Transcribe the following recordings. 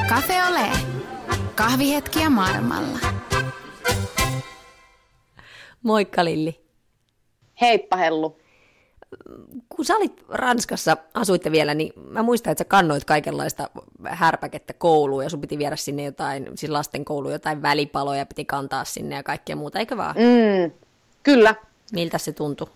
Cafe Ole. Kahvihetkiä maailmalla. Moikka Lilli. Heippa Hellu. Kun sä olit Ranskassa, asuitte vielä, niin mä muistan, että sä kannoit kaikenlaista härpäkettä kouluun ja sun piti viedä sinne jotain, siis lastenkouluun jotain välipaloja piti kantaa sinne ja kaikkea muuta, eikö vaan? Kyllä. Miltä se tuntui?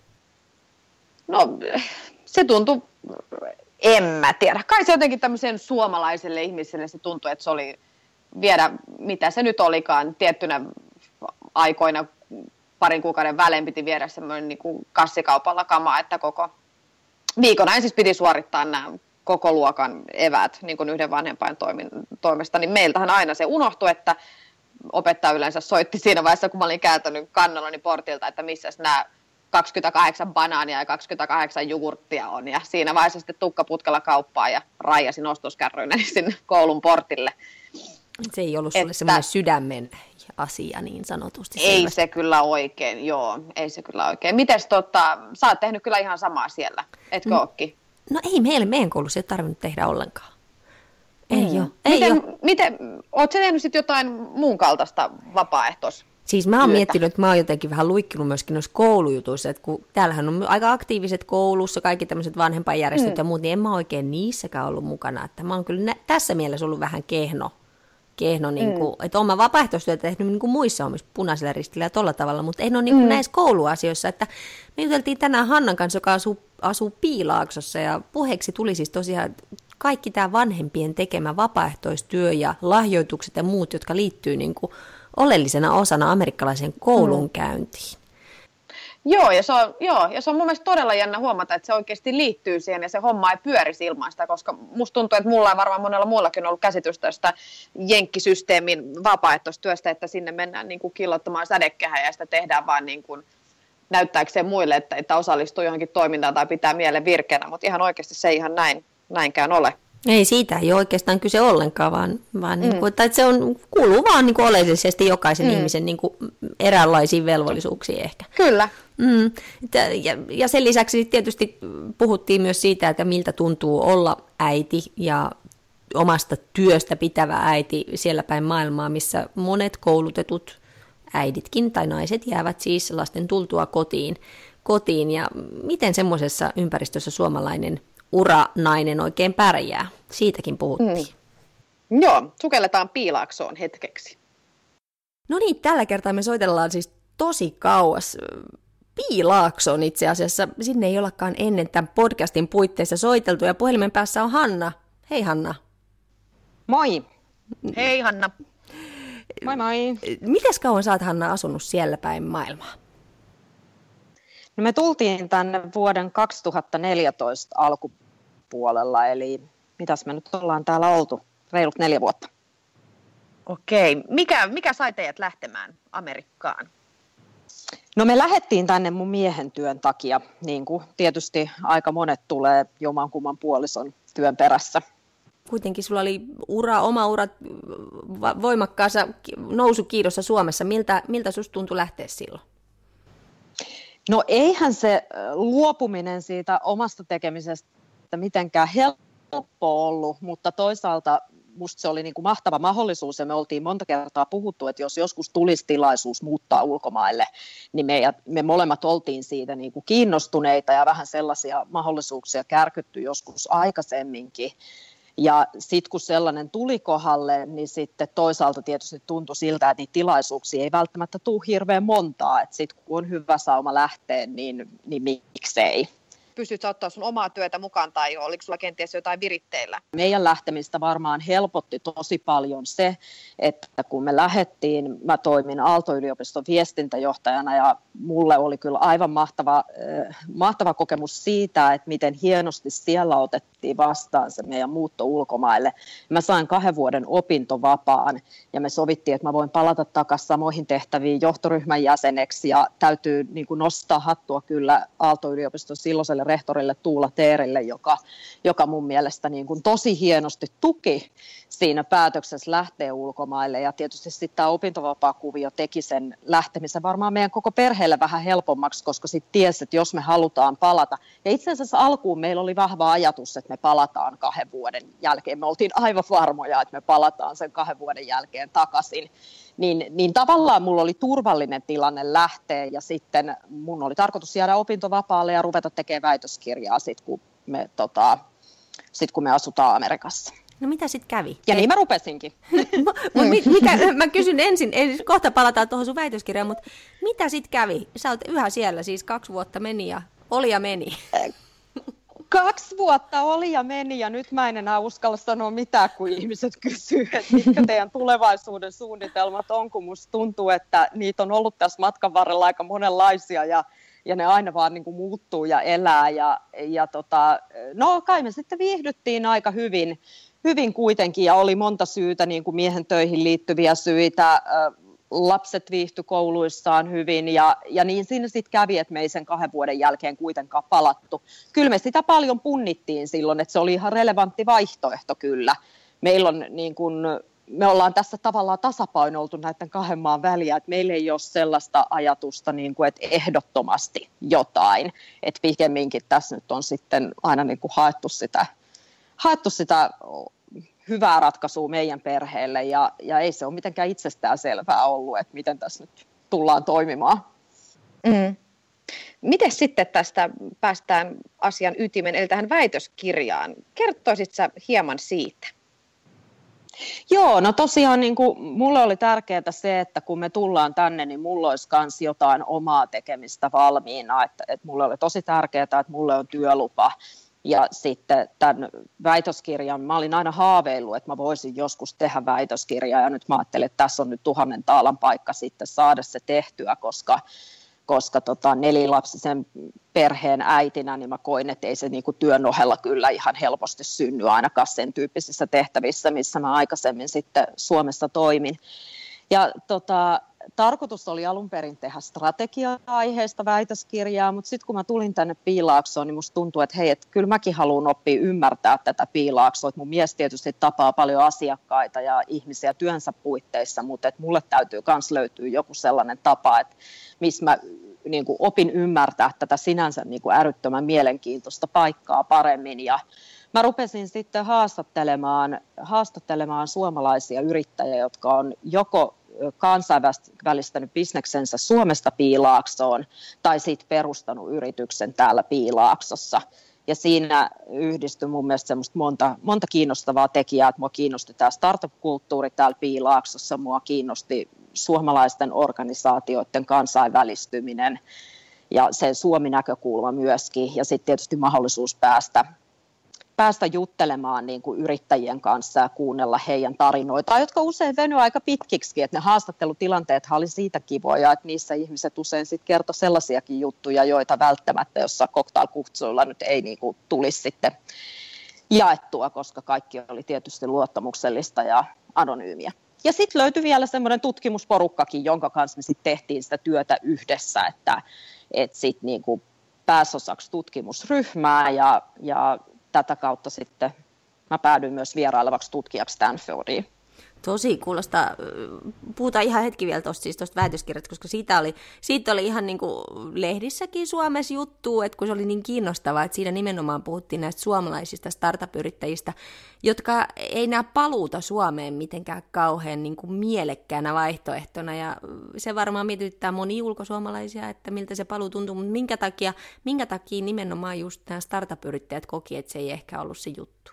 No se tuntui, en mä tiedä. Kai se jotenkin tämmöiselle suomalaiselle ihmiselle se tuntui, että se oli viedä, mitä se nyt olikaan, tiettynä aikoina parin kuukauden välein piti viedä semmoinen niin kuin kassikaupalla kamaa, että koko viikon ajan siis piti suorittaa nämä koko luokan eväät niin kuin yhden vanhempain toimesta, niin meiltähän aina se unohtui, että opettaja yleensä soitti siinä vaiheessa, kun mä olin kääntänyt kannallani portilta, että missäs nämä 28 banaania ja 28 jogurttia on, ja siinä vaiheessa sitten tukkaputkella kauppaan ja raijasin ostoskärryinä sinne koulun portille. Se ei ollut sulle semmoinen sydämen asia niin sanotusti. Ei selvästi. Se kyllä oikein, joo, ei se kyllä oikein. Mites sä oot tehnyt kyllä ihan samaa siellä, etkö ookin? No ei meidän koulussa ei tarvinnut tehdä ollenkaan. Ei ole. Miten, oot sä tehnyt sitten jotain muun kaltaista vapaaehtoistyötä? Siis mä oon miettinyt, että mä oon jotenkin vähän luikkinut myöskin noissa koulujutuissa, että kun täällähän on aika aktiiviset koulussa, kaikki tämmöiset vanhempainjärjestöt ja muut, niin en mä oikein niissäkään ollut mukana. Että mä oon kyllä tässä mielessä ollut vähän kehno niin kuin, että oon mä vapaaehtoistyötä tehnyt niin kuin muissa omissa Punaisella Ristillä ja tolla tavalla, mutta en ole niin kuin näissä kouluasioissa, että me juteltiin tänään Hannan kanssa, joka asuu Piilaaksossa, ja puheeksi tuli siis tosiaan kaikki tämä vanhempien tekemä vapaaehtoistyö ja lahjoitukset ja muut, jotka liittyy niin kuin oleellisena osana amerikkalaiseen koulunkäyntiin. Joo, ja se on mun mielestä todella jännä huomata, että se oikeasti liittyy siihen ja se homma ei pyörisi ilman sitä, koska musta tuntuu, että mulla ja varmaan monella muullakin on ollut käsitys tästä jenkkisysteemin vapaaehtoistyöstä, että sinne mennään niin kuin killottamaan sädekehää ja sitä tehdään vaan niin kuin näyttääkseen muille, että osallistuu johonkin toimintaan tai pitää mielen virkeänä, mutta ihan oikeasti se ei ihan näinkään ole. Ei, siitä ei ole oikeastaan kyse ollenkaan, vaan niin kuin, että se kuuluu vaan niin kuin oleellisesti jokaisen ihmisen niin kuin eräänlaisiin velvollisuuksiin ehkä. Kyllä. Ja sen lisäksi tietysti puhuttiin myös siitä, että miltä tuntuu olla äiti ja omasta työstä pitävä äiti siellä päin maailmaa, missä monet koulutetut äiditkin tai naiset jäävät siis lasten tultua kotiin. Ja miten semmoisessa ympäristössä suomalainen uranainen oikein pärjää? Siitäkin puhuttiin. Joo, sukelletaan Piilaaksoon hetkeksi. No niin, tällä kertaa me soitellaan siis tosi kauas Piilaaksoon itse asiassa. Sinne ei ollakaan ennen tämän podcastin puitteissa soiteltu ja puhelimen päässä on Hanna. Hei Hanna. Moi. Hei Hanna. Moi moi. Mites kauan sä oot, Hanna, asunut siellä päin maailmaa? No me tultiin tänne vuoden 2014 alkupuolella, eli mitäs me nyt ollaan täällä oltu? Reilut 4 vuotta. Okei. Mikä sai teidät lähtemään Amerikkaan? No me lähdettiin tänne mun miehen työn takia, niin kuin tietysti aika monet tulee jomankumman puolison työn perässä. Kuitenkin sulla oli oma ura voimakkaassa nousukiidossa Suomessa. Miltä susta tuntui lähteä silloin? No eihän se luopuminen siitä omasta tekemisestä mitenkään helppo ollut, mutta toisaalta musta se oli niin kuin mahtava mahdollisuus ja me oltiin monta kertaa puhuttu, että jos joskus tulisi tilaisuus muuttaa ulkomaille, niin me molemmat oltiin siitä niin kuin kiinnostuneita ja vähän sellaisia mahdollisuuksia kärkytty joskus aikaisemminkin. Ja sitten kun sellainen tuli kohdalle, niin sitten toisaalta tietysti tuntui siltä, että niitä tilaisuuksia ei välttämättä tule hirveän montaa. Että sitten kun on hyvä sauma lähteä, niin miksei. Pystytkö ottaa sun omaa työtä mukaan tai oliko sulla kenties jotain viritteillä? Meidän lähtemistä varmaan helpotti tosi paljon se, että kun me lähdettiin, mä toimin Aalto-yliopiston viestintäjohtajana ja mulle oli kyllä aivan mahtava kokemus siitä, että miten hienosti siellä otettiin vastaan se meidän muutto ulkomaille. Mä sain 2 vuoden opintovapaan ja me sovittiin, että mä voin palata takaisin samoihin tehtäviin johtoryhmän jäseneksi ja täytyy niin kuin nostaa hattua kyllä Aalto-yliopiston silloiselle rehtorille Tuula Teerille, joka mun mielestä niin kuin tosi hienosti tuki siinä päätöksessä lähteä ulkomaille. Ja tietysti sitten tämä opintovapaakuvio teki sen lähtemisen varmaan meidän koko perheelle vähän helpommaksi, koska sitten tiesi, että jos me halutaan palata. Ja itse asiassa alkuun meillä oli vahva ajatus, että me palataan 2 vuoden jälkeen. Me oltiin aivan varmoja, että me palataan sen 2 vuoden jälkeen takaisin. Niin tavallaan mulla oli turvallinen tilanne lähteä ja sitten mun oli tarkoitus jäädä opintovapaalle ja ruveta tekemään väitöskirjaa sit, kun me asutaan Amerikassa. No mitä sitten kävi? Ja niin mä rupesinkin. Mä kysyn ensin, kohta palataan tuohon sun väitöskirjaan, mutta mitä sitten kävi? Sä oot yhä siellä, siis 2 vuotta meni ja oli ja meni. 2 vuotta oli ja meni ja nyt mä en enää uskalla sanoa mitään, kun ihmiset kysyy, että mitkä teidän tulevaisuuden suunnitelmat on, kun musta tuntuu, että niitä on ollut tässä matkan varrella aika monenlaisia ja ne aina vaan niin kuin muuttuu ja elää. No kai me sitten viihdyttiin aika hyvin kuitenkin ja oli monta syytä, niin kuin miehen töihin liittyviä syitä. Lapset viihtyi kouluissaan hyvin ja niin siinä sitten kävi, että me ei sen 2 vuoden jälkeen kuitenkaan palattu. Kyllä me sitä paljon punnittiin silloin, että se oli ihan relevantti vaihtoehto kyllä. Meillä on niin kuin, me ollaan tässä tavallaan tasapainoltu näiden 2 maan väliä, että meillä ei ole sellaista ajatusta, niin kuin, että ehdottomasti jotain. Että pikemminkin tässä nyt on sitten aina niin kuin haettu sitä hyvää ratkaisua meidän perheelle ja ei se ole mitenkään itsestään selvää ollut, että miten tässä nyt tullaan toimimaan. Miten sitten tästä päästään asian ytimen, eli tähän väitöskirjaan? Kertoisit sä hieman siitä? Joo, no tosiaan niin kuin mulle oli tärkeää se, että kun me tullaan tänne, niin mulla olisi myös jotain omaa tekemistä valmiina. Että mulle oli tosi tärkeää, että mulle on työlupa. Ja sitten tämän väitöskirjan, mä olin aina haaveillut, että mä voisin joskus tehdä väitöskirjaa ja nyt mä ajattelin, että tässä on nyt 1000 taalan paikka sitten saada se tehtyä, koska 4-lapsisen perheen äitinä, niin mä koin, että ei se niin kuin työn ohella kyllä ihan helposti synny ainakaan sen tyyppisissä tehtävissä, missä mä aikaisemmin sitten Suomessa toimin. Ja tarkoitus oli alun perin tehdä strategia-aiheesta väitöskirjaa, mutta sitten kun mä tulin tänne Piilaaksoon, niin musta tuntuu, että hei, että kyllä mäkin haluan oppia ymmärtää tätä Piilaaksoa. Mun mies tietysti tapaa paljon asiakkaita ja ihmisiä työnsä puitteissa, mutta että mulle täytyy myös löytyä joku sellainen tapa, että missä mä niin kuin opin ymmärtää tätä sinänsä niin kuin älyttömän mielenkiintoista paikkaa paremmin. Ja mä rupesin sitten haastattelemaan suomalaisia yrittäjiä, jotka on joko kansainvälistänyt bisneksensä Suomesta Piilaaksoon tai sitten perustanut yrityksen täällä Piilaaksossa. Ja siinä yhdistyi mun mielestä semmoista monta kiinnostavaa tekijää, että mua kiinnosti tämä startup-kulttuuri täällä Piilaaksossa, mua kiinnosti suomalaisten organisaatioiden kansainvälistyminen ja se Suomi-näkökulma myöskin ja sitten tietysti mahdollisuus päästä juttelemaan niin kuin yrittäjien kanssa ja kuunnella heidän tarinoitaan, jotka usein venyvät aika pitkiksi, että ne haastattelutilanteethan oli siitä kivoja, että niissä ihmiset usein sitten kertoi sellaisiakin juttuja, joita välttämättä jossain cocktailkutsuilla nyt ei niin kuin tulisi sitten jaettua, koska kaikki oli tietysti luottamuksellista ja anonyymiä. Ja sitten löytyi vielä semmoinen tutkimusporukkakin, jonka kanssa me sitten tehtiin sitä työtä yhdessä, että sitten niin kuin pääsi osaksi tutkimusryhmää ja tätä kautta sitten mä päädyin myös vierailevaksi tutkijaksi Stanfordiin. Tosi kuulostaa. Puhutaan ihan hetki vielä tuosta väitöskirjasta, koska siitä oli ihan niin kuin lehdissäkin Suomessa juttu, että kun se oli niin kiinnostavaa, että siinä nimenomaan puhuttiin näistä suomalaisista startup-yrittäjistä, jotka ei näe paluuta Suomeen mitenkään kauhean niin kuin mielekkäänä vaihtoehtona, ja se varmaan mietityttää moni ulkosuomalaisia, että miltä se paluu tuntuu, mutta minkä takia nimenomaan just nämä startup-yrittäjät koki, että se ei ehkä ollut se juttu?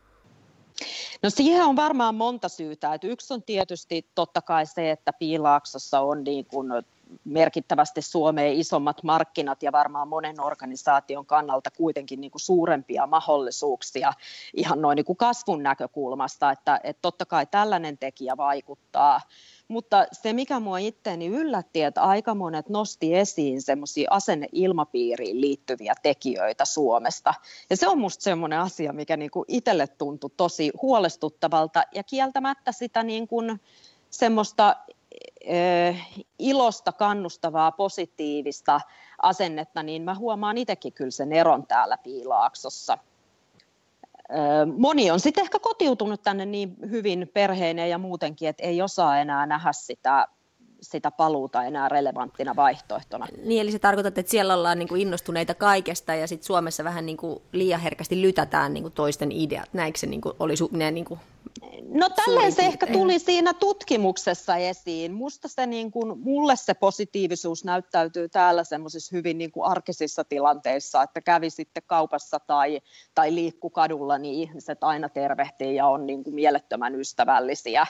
No siihen on varmaan monta syytä. Että yksi on tietysti totta kai se, että Piilaaksossa on niin kuin merkittävästi Suomeen isommat markkinat ja varmaan monen organisaation kannalta kuitenkin niin kuin suurempia mahdollisuuksia ihan noin niin kuin kasvun näkökulmasta, että totta kai tällainen tekijä vaikuttaa. Mutta se, mikä mua itseäni yllätti, että aika monet nosti esiin semmoisia asenneilmapiiriin liittyviä tekijöitä Suomesta. Ja se on musta semmoinen asia, mikä niinku itselle tuntui tosi huolestuttavalta ja kieltämättä sitä niin kuin semmoista ilosta, kannustavaa, positiivista asennetta, niin mä huomaan itsekin kyllä sen eron täällä Piilaaksossa. Moni on sitten ehkä kotiutunut tänne niin hyvin perheineen ja muutenkin, että ei osaa enää nähdä sitä paluuta enää relevanttina vaihtoehtona. Niin, eli se tarkoittaa, että siellä ollaan niin kuin innostuneita kaikesta ja sitten Suomessa vähän niin kuin liian herkästi lytätään niin kuin toisten ideat. Näikö se niin kuin oli niin kuin no tälleen se ehkä tuli siinä tutkimuksessa esiin. Mulle se positiivisuus näyttäytyy täällä semmoisissa hyvin niin kuin arkisissa tilanteissa, että kävi sitten kaupassa tai liikku kadulla, niin ihmiset aina tervehtii ja on niin kuin mielettömän ystävällisiä.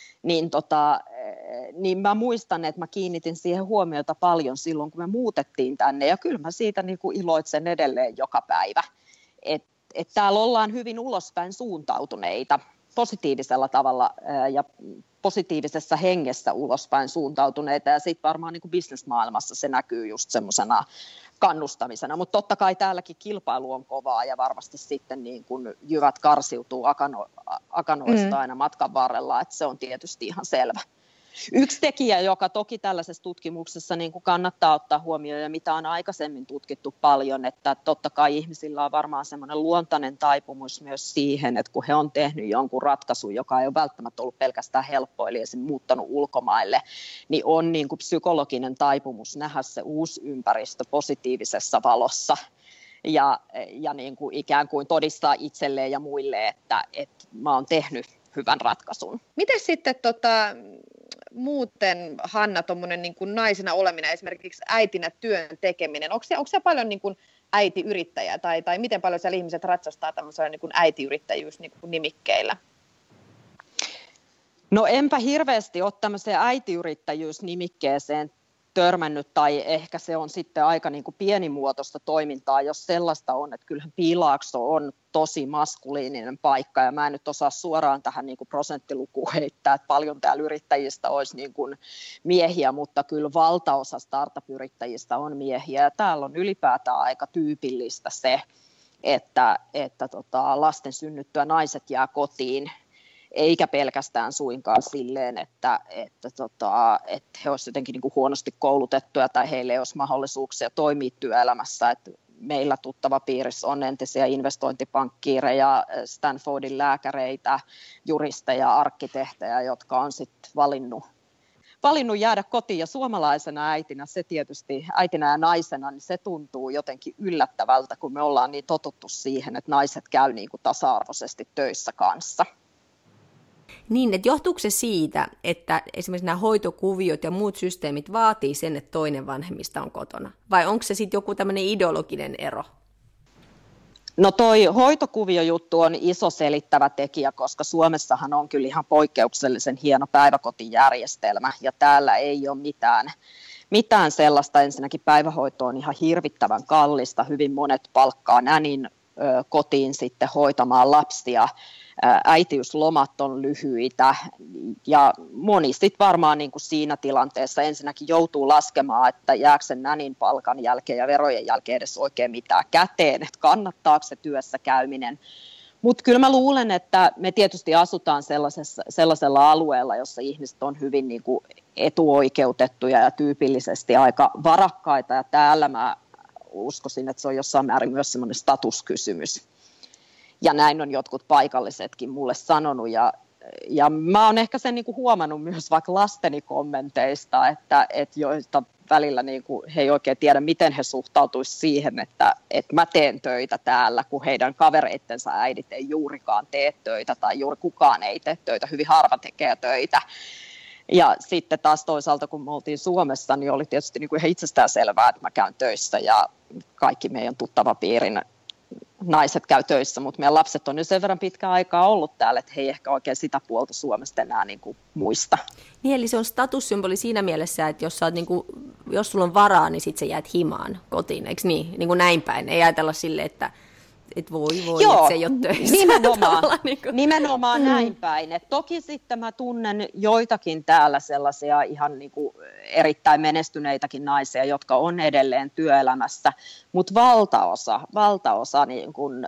Niin mä muistan, että mä kiinnitin siihen huomiota paljon silloin, kun me muutettiin tänne, ja kyllä mä siitä niin kuin iloitsen edelleen joka päivä. Et täällä ollaan hyvin ulospäin suuntautuneita, positiivisella tavalla ja positiivisessa hengessä ulospäin suuntautuneita, ja sitten varmaan niin kuin bisnesmaailmassa se näkyy just semmoisena kannustamisena, mutta totta kai täälläkin kilpailu on kovaa ja varmasti sitten niin kun jyvät karsiutuu akanoista aina matkan varrella, että se on tietysti ihan selvä. Yksi tekijä, joka toki tällaisessa tutkimuksessa niin kuin kannattaa ottaa huomioon ja mitä on aikaisemmin tutkittu paljon, että totta kai ihmisillä on varmaan semmoinen luontainen taipumus myös siihen, että kun he on tehnyt jonkun ratkaisun, joka ei ole välttämättä ollut pelkästään helppo, eli esimerkiksi muuttanut ulkomaille, niin on niin kuin psykologinen taipumus nähdä se uusi ympäristö positiivisessa valossa ja niin kuin ikään kuin todistaa itselleen ja muille, että mä oon tehnyt hyvän ratkaisun. Miten sitten muuten, Hanna, tuommoinen niin kuin naisena oleminen, esimerkiksi äitinä työn tekeminen, onko se paljon niin kuin äitiyrittäjä tai miten paljon siellä ihmiset ratsastaa tämmöisellä niin kuin äitiyrittäjyys niin kuin nimikkeillä? No enpä hirveästi ole tämmöiseen äitiyrittäjyys-nimikkeeseen törmännyt, tai ehkä se on sitten aika niin kuin pienimuotoista toimintaa, jos sellaista on, että kyllähän Piilaakso on tosi maskuliininen paikka, ja mä en nyt osaa suoraan tähän niin kuin prosenttilukuun heittää, että paljon täällä yrittäjistä olisi niin kuin miehiä, mutta kyllä valtaosa startup-yrittäjistä on miehiä, ja täällä on ylipäätään aika tyypillistä se, että lasten synnyttyä naiset jää kotiin, eikä pelkästään suinkaan silleen, että he olisivat jotenkin niin kuin huonosti koulutettuja tai heille ei olisi mahdollisuuksia toimia työelämässä. Että meillä tuttava piirissä on entisiä investointipankkiireja, Stanfordin lääkäreitä, juristeja, arkkitehtejä, jotka on sitten valinnut jäädä kotiin. Ja suomalaisena äitinä se tietysti, äitinä ja naisena, niin se tuntuu jotenkin yllättävältä, kun me ollaan niin totuttu siihen, että naiset käy niin kuin tasa-arvoisesti töissä kanssa. Niin, että johtuuko se siitä, että esimerkiksi nämä hoitokuviot ja muut systeemit vaatii sen, että toinen vanhemmista on kotona? Vai onko se sitten joku tämmöinen ideologinen ero? No toi hoitokuviojuttu on iso selittävä tekijä, koska Suomessahan on kyllä ihan poikkeuksellisen hieno päiväkotijärjestelmä ja täällä ei ole mitään sellaista. Ensinnäkin päivähoito on ihan hirvittävän kallista, hyvin monet palkkaa nänin kotiin sitten hoitamaan lapsia. Äitiyslomat on lyhyitä ja moni sitten varmaan niin kuin siinä tilanteessa ensinnäkin joutuu laskemaan, että jääkö sen nänin palkan jälkeen ja verojen jälkeen edes oikein mitään käteen, että kannattaako se työssä käyminen. Mutta kyllä mä luulen, että me tietysti asutaan sellaisella alueella, jossa ihmiset on hyvin niin kuin etuoikeutettuja ja tyypillisesti aika varakkaita ja täällä mä uskoisin, että se on jossain määrin myös semmoinen statuskysymys. Ja näin on jotkut paikallisetkin mulle sanonut, ja mä oon ehkä sen niinku huomannut myös vaikka lasteni kommenteista, että joista välillä niinku he ei oikein tiedä, miten he suhtautuisivat siihen, että mä teen töitä täällä, kun heidän kavereittensa äidit ei juurikaan tee töitä, tai juuri kukaan ei tee töitä, hyvin harva tekee töitä. Ja sitten taas toisaalta, kun me oltiin Suomessa, niin oli tietysti niinku ihan itsestään selvää, että mä käyn töissä, ja kaikki meidän tuttavapiirin naiset käy töissä, mutta meidän lapset on jo sen verran pitkään aikaa ollut täällä, että he ei ehkä oikein sitä puolta Suomesta enää niin kuin muista. Niin, eli se on statussymboli siinä mielessä, että jos, jos sulla on varaa, niin sit sä jäät himaan kotiin, eikö niin? Niin kuin näin päin. Ei ajatella silleen, että voi, joo, että se ei ole töissä. Nimenomaan näin päin. Et toki sitten mä tunnen joitakin täällä sellaisia ihan niin kuin erittäin menestyneitäkin naisia, jotka on edelleen työelämässä, mutta valtaosa niin kuin,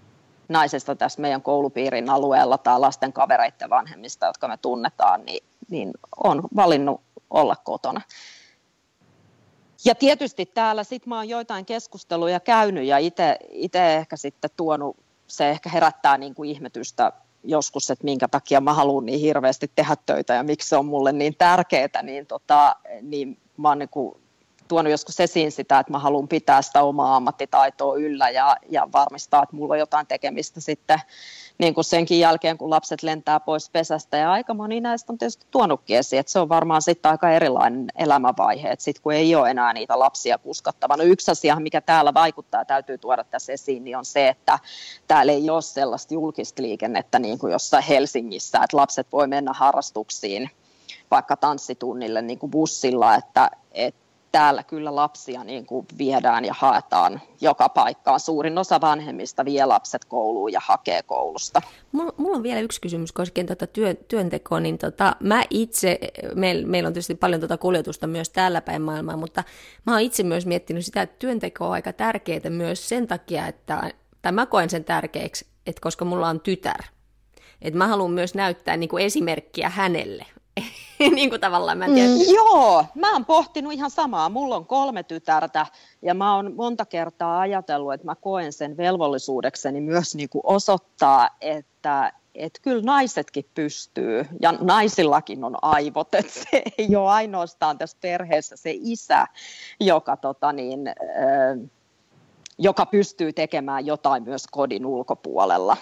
naisesta tässä meidän koulupiirin alueella tai lasten kavereiden vanhemmista, jotka me tunnetaan, niin niin on valinnut olla kotona. Ja tietysti täällä sit mä oon joitain keskusteluja käynyt ja itse ehkä sitten tuonut, se ehkä herättää niin kuin ihmetystä joskus, että minkä takia mä haluan niin hirveästi tehdä töitä ja miksi se on mulle niin tärkeää, niin mä oon niin kuin tuonut joskus esiin sitä, että mä haluan pitää sitä omaa ammattitaitoa yllä ja varmistaa, että mulla on jotain tekemistä sitten niin kuin senkin jälkeen, kun lapset lentää pois pesästä. Ja aika moni näistä on tietysti tuonutkin esiin, että se on varmaan sitten aika erilainen elämänvaihe, että sitten kun ei ole enää niitä lapsia kuskattavana. Yksi asia, mikä täällä vaikuttaa ja täytyy tuoda tässä esiin, niin on se, että täällä ei ole sellaista julkista liikennettä niin kuin jossain Helsingissä, että lapset voi mennä harrastuksiin vaikka tanssitunnille niin kuin bussilla, että täällä kyllä lapsia niin kuin viedään ja haetaan joka paikkaan. Suurin osa vanhemmista vie lapset kouluun ja hakee koulusta. Mulla on vielä yksi kysymys koskien työntekoa. Niin mä itse, meillä on tietysti paljon kuljetusta myös täällä päin maailmaa, mutta mä oon itse myös miettinyt sitä, että työnteko on aika tärkeää myös sen takia, tai mä koen sen tärkeäksi, että koska mulla on tytär. Että mä haluan myös näyttää niin kuin esimerkkiä hänelle. Niin kuin tavallaan mä en tiedä. Joo, mä oon pohtinut ihan samaa. Mulla on 3 tytärtä ja mä oon monta kertaa ajatellut, että mä koen sen velvollisuudekseni myös niin kuin osoittaa, että kyllä naisetkin pystyy ja naisillakin on aivot, että se ei ole ainoastaan tässä perheessä se isä, joka pystyy tekemään jotain myös kodin ulkopuolella.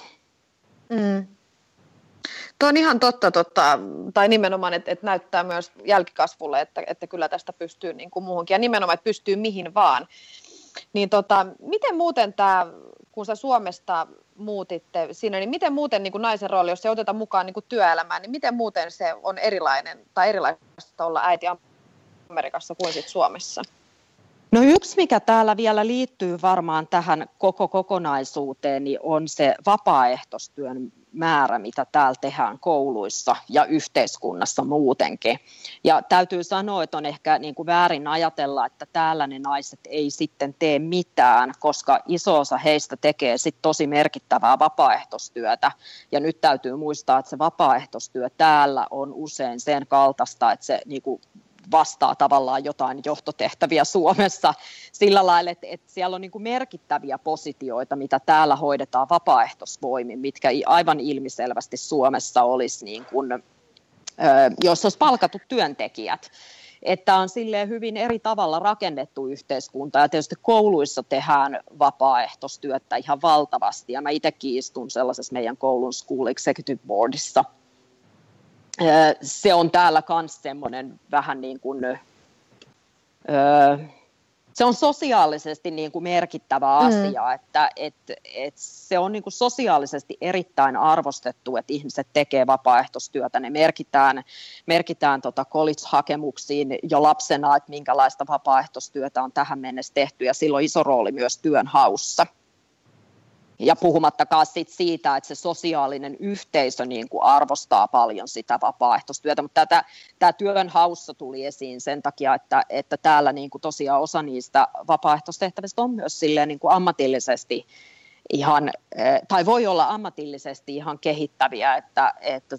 Tuo on ihan totta, tai nimenomaan, että näyttää myös jälkikasvulle, että kyllä tästä pystyy niin kuin muuhunkin, ja nimenomaan, että pystyy mihin vaan. Niin miten muuten tämä, kun sä Suomesta muutitte siinä, niin miten muuten niin kuin naisen rooli, jos se otetaan mukaan niin kuin työelämään, niin miten muuten se on erilainen tai erilaista olla äiti Amerikassa kuin sitten Suomessa? No yksi, mikä täällä vielä liittyy varmaan tähän koko kokonaisuuteen, niin on se vapaaehtoistyön määrä, mitä täällä tehdään kouluissa ja yhteiskunnassa muutenkin. Ja täytyy sanoa, että on ehkä niin kuin väärin ajatella, että täällä ne naiset ei sitten tee mitään, koska iso osa heistä tekee sitten tosi merkittävää vapaaehtoistyötä. Ja nyt täytyy muistaa, että se vapaaehtoistyö täällä on usein sen kaltaista, että se niin kuin vastaa tavallaan jotain johtotehtäviä Suomessa sillä lailla, että siellä on niin kuin merkittäviä positioita, mitä täällä hoidetaan vapaaehtoisvoimin, mitkä aivan ilmiselvästi Suomessa olisi, niin kuin, jos olisi palkatut työntekijät. Että on silleen hyvin eri tavalla rakennettu yhteiskunta ja tietysti kouluissa tehdään vapaaehtoistyötä ihan valtavasti ja mä itsekin istun sellaisessa meidän koulun School Executive Boardissa. Se on täällä myös semmoinen vähän niin kuin, se on sosiaalisesti niin kuin merkittävä asia, että se on niin kuin sosiaalisesti erittäin arvostettu, että ihmiset tekee vapaaehtoistyötä, ne merkitään college-hakemuksiin jo lapsena, että minkälaista vapaaehtoistyötä on tähän mennessä tehty ja sillä on iso rooli myös työnhaussa. Ja puhumattakaan siitä, että se sosiaalinen yhteisö niin kuin arvostaa paljon sitä vapaaehtoistyötä, mutta tämä työnhaussa tuli esiin sen takia, että täällä niin kuin tosiaan osa niistä vapaaehtoistehtävistä on myös silleen niin kuin ammatillisesti ihan, tai voi olla ammatillisesti ihan kehittäviä, että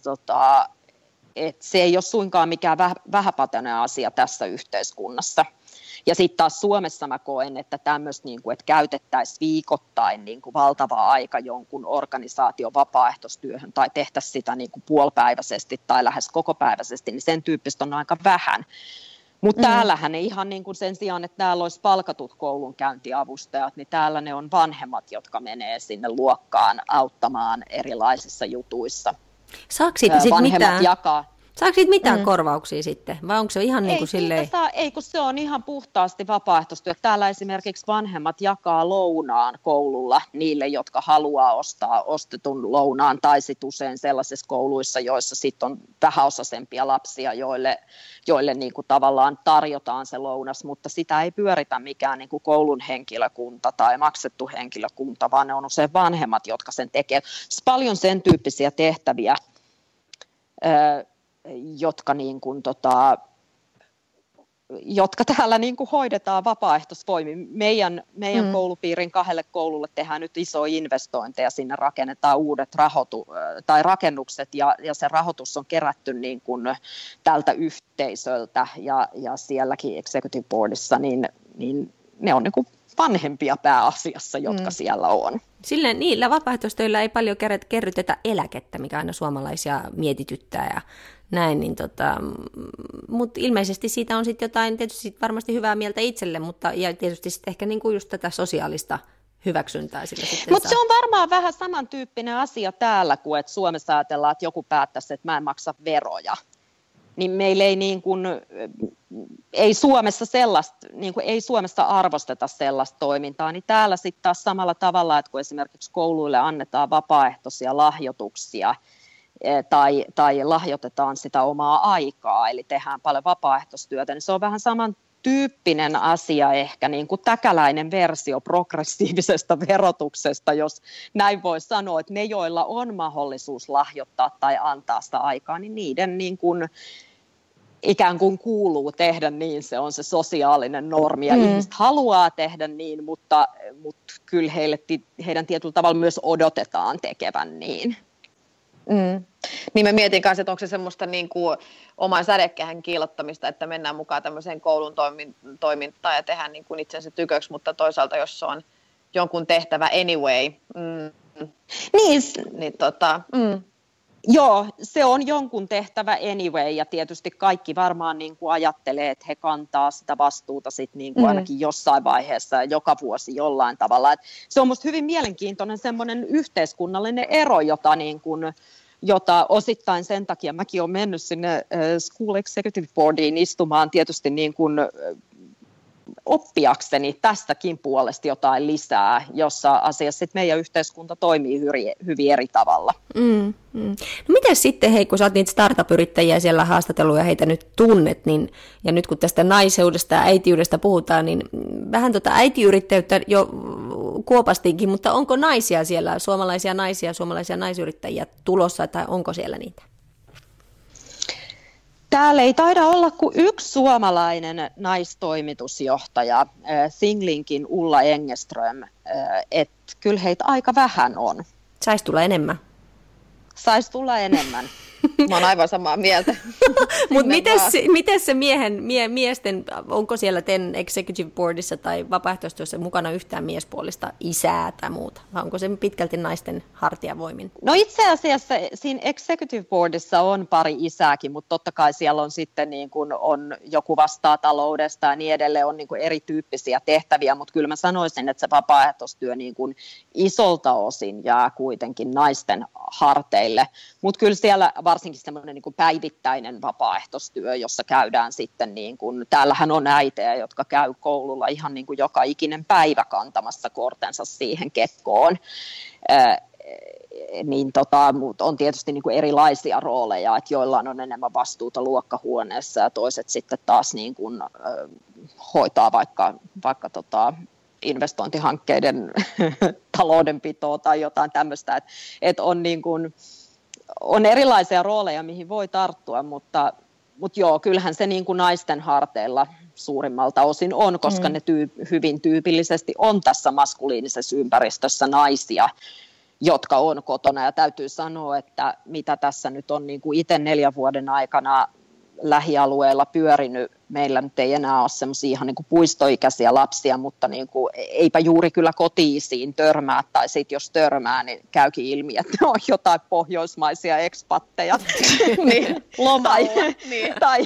se ei ole suinkaan mikään vähäpätöinen asia tässä yhteiskunnassa. Ja sitten taas Suomessa mä koen, että tämmöistä, niin kuin, että käytettäisiin viikoittain niin kuin valtava aika jonkun organisaation vapaaehtoistyöhön tai tehtäisiin sitä niin kuin puolipäiväisesti tai lähes kokopäiväisesti, niin sen tyyppistä on aika vähän. Mutta täällähän ei ihan niin kuin sen sijaan, että täällä olisi palkatut koulunkäyntiavustajat, niin täällä ne on vanhemmat, jotka menee sinne luokkaan auttamaan erilaisissa jutuissa. Saako siitä sitten mitään? Saako siitä mitään korvauksia sitten, vai onko se ihan niin kuin silleen? Ei, kun se on ihan puhtaasti vapaaehtoistyö. Täällä esimerkiksi vanhemmat jakaa lounaan koululla niille, jotka haluaa ostaa ostetun lounaan, tai sitten usein sellaisissa kouluissa, joissa sitten on vähäosaisempia lapsia, joille niin kuin tavallaan tarjotaan se lounas, mutta sitä ei pyöritä mikään niin kuin koulun henkilökunta tai maksettu henkilökunta, vaan ne on usein vanhemmat, jotka sen tekee. Paljon sen tyyppisiä tehtäviä, jotka niin kuin jotka täällä niin kuin hoidetaan vapaaehtoisvoimin. Meidän koulupiirin 2 koululle tehdään nyt isoja investointeja, sinne rakennetaan uudet rakennukset ja se rahoitus on kerätty niin kuin tältä yhteisöltä ja sielläkin Executive Boardissa, niin ne on niin kuin vanhempia pääasiassa, jotka siellä on. Sillä niillä vapaaehtoistöillä ei paljon kerrytetä eläkettä, mikä aina suomalaisia mietityttää ja näin, niin mutta ilmeisesti siitä on sitten jotain, tietysti varmasti hyvää mieltä itselle, mutta ja tietysti sitten ehkä niinku just tätä sosiaalista hyväksyntää sillä sitten. Mutta se on varmaan vähän samantyyppinen asia täällä, kuin että Suomessa ajatellaan, että joku päättäisi, että mä en maksa veroja. Niin meillä ei Suomessa ei Suomessa arvosteta sellaista toimintaa, niin täällä sitten taas samalla tavalla, että kun esimerkiksi kouluille annetaan vapaaehtoisia lahjoituksia tai lahjoitetaan sitä omaa aikaa, eli tehdään paljon vapaaehtoistyötä, niin se on vähän samantyyppinen asia ehkä niin kuin täkäläinen versio progressiivisesta verotuksesta, jos näin voi sanoa, että ne, joilla on mahdollisuus lahjoittaa tai antaa sitä aikaa, niin niiden niin kuin ikään kuin kuuluu tehdä niin, se on se sosiaalinen normi ja ihmiset haluaa tehdä niin, mutta kyllä heidän tietyllä tavalla myös odotetaan tekevän niin. Niin mä mietin kanssa, että onko se semmoista niin kuin oman sädekehän kiillottamista, että mennään mukaan tämmöiseen koulun toimintaan ja tehdään niin kuin itsensä tyköksi, mutta toisaalta jos se on jonkun tehtävä anyway, Joo, se on jonkun tehtävä anyway ja tietysti kaikki varmaan niin kuin ajattelee, että he kantaa sitä vastuuta sit niin kuin ainakin jossain vaiheessa ja joka vuosi jollain tavalla. Et se on musta hyvin mielenkiintoinen semmoinen yhteiskunnallinen ero, jota osittain sen takia mäkin olen mennyt sinne School Executive Boardiin istumaan tietysti niin kuin oppiakseni tästäkin puolesta jotain lisää, jossa asiassa sit meidän yhteiskunta toimii hyvin eri tavalla. No miten sitten, hei, kun sä oot niitä startup-yrittäjiä siellä haastatellut ja heitä nyt tunnet, niin, ja nyt kun tästä naiseudesta ja äitiydestä puhutaan, niin vähän äitiyrittäjyyttä jo kuopastiinkin, mutta onko naisia siellä, suomalaisia naisyrittäjiä tulossa, tai onko siellä niitä? Täällä ei taida olla kuin yksi suomalainen naistoimitusjohtaja, Thinglinkin Ulla Engeström, että kyllä heitä aika vähän on. Saisi tulla enemmän. Saisi tulla enemmän. Mä oon aivan samaa mieltä. Mutta miten se miesten, onko siellä TEN Executive Boardissa tai vapaaehtoistyössä mukana yhtään miespuolista isää tai muuta? Vai onko se pitkälti naisten hartiavoimin? No itse asiassa siinä Executive Boardissa on pari isääkin, mutta totta kai siellä on sitten niin kuin on joku vastaa taloudesta ja niin edelleen, on niin kuin erityyppisiä tehtäviä, mutta kyllä mä sanoisin, että se vapaaehtoistyö niin kuin isolta osin jää kuitenkin naisten harteille, mutta kyllä siellä varsinkin semmoinen niin kuin päivittäinen vapaaehtoistyö, jossa käydään sitten, niin kuin, täällähän on äitejä, jotka käy koululla ihan niin kuin joka ikinen päivä kantamassa kortensa siihen kekkoon, niin on tietysti niin kuin erilaisia rooleja, että joillain on enemmän vastuuta luokkahuoneessa ja toiset sitten taas niin kuin, hoitaa vaikka investointihankkeiden taloudenpitoa tai jotain tämmöistä, että on niin kuin on erilaisia rooleja, mihin voi tarttua, mutta joo, kyllähän se niin kuin naisten harteilla suurimmalta osin on, koska ne hyvin tyypillisesti on tässä maskuliinisessa ympäristössä naisia, jotka on kotona. Ja täytyy sanoa, että mitä tässä nyt on niin kuin itse 4 vuoden aikana lähialueella pyörinyt, meillä nyt ei enää ole semmoisia ihan niin kuin puistoikäisiä lapsia, mutta niin kuin, eipä juuri kyllä koti-isiin törmää, tai sitten jos törmää, niin käykin ilmi, että ne on jotain pohjoismaisia ekspatteja lomalla. Tai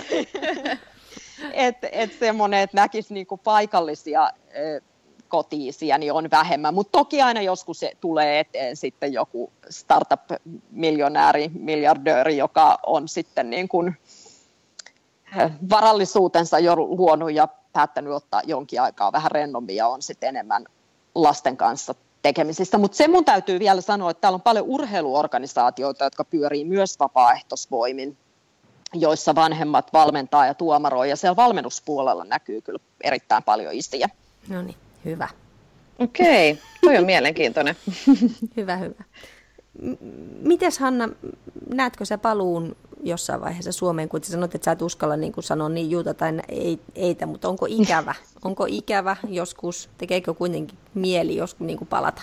että semmoinen, että näkisi niin kuin paikallisia koti-isiä, niin on vähemmän, mutta toki aina joskus se tulee eteen sitten joku startup-miljonääri, miljardööri, joka on sitten niin kuin varallisuutensa jo luonut ja päättänyt ottaa jonkin aikaa vähän rennommin ja on sitten enemmän lasten kanssa tekemisissä. Mutta se mun täytyy vielä sanoa, että täällä on paljon urheiluorganisaatioita, jotka pyörii myös vapaaehtoisvoimin, joissa vanhemmat valmentaa ja tuomaroi, ja siellä valmennuspuolella näkyy kyllä erittäin paljon isiä. No niin, hyvä. Okei, toi on mielenkiintoinen. Hyvä. Mites Hanna, näetkö sä paluun jossain vaiheessa Suomeen, kun sanoit, että sä et uskalla niin kuin sanoa niin juuta tai eitä, mutta onko ikävä? Onko ikävä joskus? Tekeekö kuitenkin mieli joskus niin kuin palata?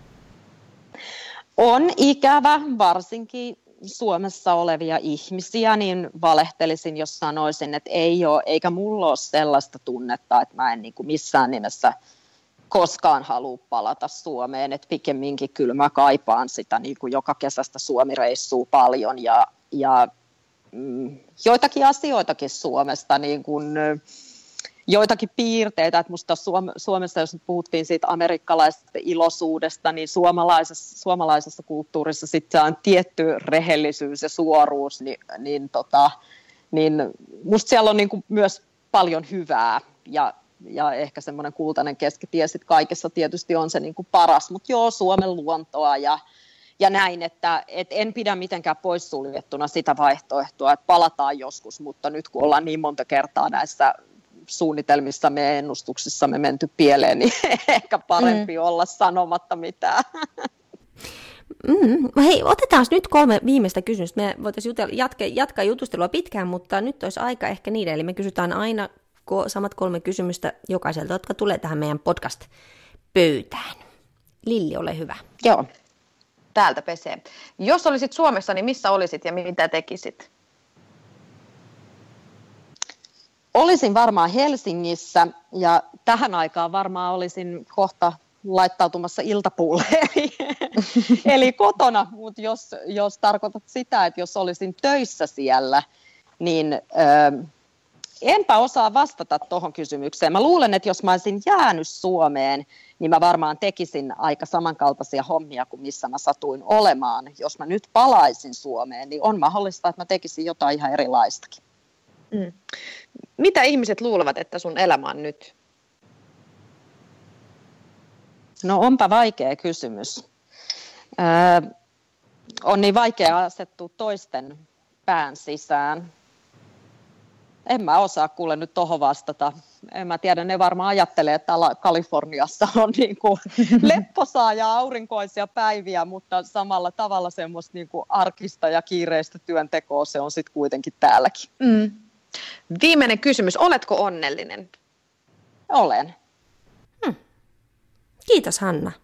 On ikävä, varsinkin Suomessa olevia ihmisiä, niin valehtelisin, jos sanoisin, että ei ole, eikä mulla ole sellaista tunnetta, että mä en niin kuin missään nimessä koskaan halua palata Suomeen, että pikemminkin kyllä mä kaipaan sitä niin kuin joka kesästä Suomi-reissua paljon ja joitakin asioitakin Suomesta, niin kuin, joitakin piirteitä, että musta Suomessa, jos puhuttiin siitä amerikkalaisesta iloisuudesta, niin suomalaisessa kulttuurissa sitten on tietty rehellisyys ja suoruus, niin musta siellä on niin kuin myös paljon hyvää ja ehkä semmoinen kultainen keskitie sitten kaikessa tietysti on se niin kuin paras, mutta joo, Suomen luontoa ja näin, että en pidä mitenkään poissuljettuna sitä vaihtoehtoa, että palataan joskus, mutta nyt kun ollaan niin monta kertaa näissä suunnitelmissamme ja ennustuksissamme menty pieleen, niin ehkä parempi olla sanomatta mitään. Hei, otetaan nyt 3 viimeistä kysymystä. Me voitaisiin jatkaa jutustelua pitkään, mutta nyt olisi aika ehkä niiden. Eli me kysytään aina samat 3 kysymystä jokaiselta, jotka tulee tähän meidän podcast-pöytään. Lilli, ole hyvä. Joo, täältä pesee. Jos olisit Suomessa, niin missä olisit ja mitä tekisit? Olisin varmaan Helsingissä ja tähän aikaan varmaan olisin kohta laittautumassa iltapuulle, eli kotona, mutta jos tarkoitat sitä, että jos olisin töissä siellä, niin enpä osaa vastata tuohon kysymykseen. Mä luulen, että jos mä olisin jäänyt Suomeen, niin mä varmaan tekisin aika samankaltaisia hommia kuin missä mä satuin olemaan. Jos mä nyt palaisin Suomeen, niin on mahdollista, että mä tekisin jotain ihan erilaistakin. Mitä ihmiset luulevat, että sun elämä on nyt? No onpa vaikea kysymys. On niin vaikea asettua toisten pään sisään. En mä osaa kuule nyt tohon vastata. En mä tiedä, ne varmaan ajattelee, että Kaliforniassa on niin kuin lepposaa ja aurinkoisia päiviä, mutta samalla tavalla semmoista niin kuin arkista ja kiireistä työntekoa se on sitten kuitenkin täälläkin. Viimeinen kysymys, oletko onnellinen? Olen. Kiitos Hanna.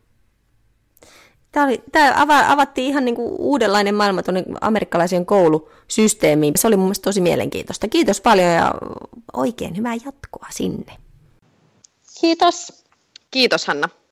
Tämä avattiin ihan niin kuin uudenlainen maailma tuonne amerikkalaiseen koulusysteemiin. Se oli mun mielestä tosi mielenkiintoista. Kiitos paljon ja oikein hyvää jatkoa sinne. Kiitos. Kiitos Hanna.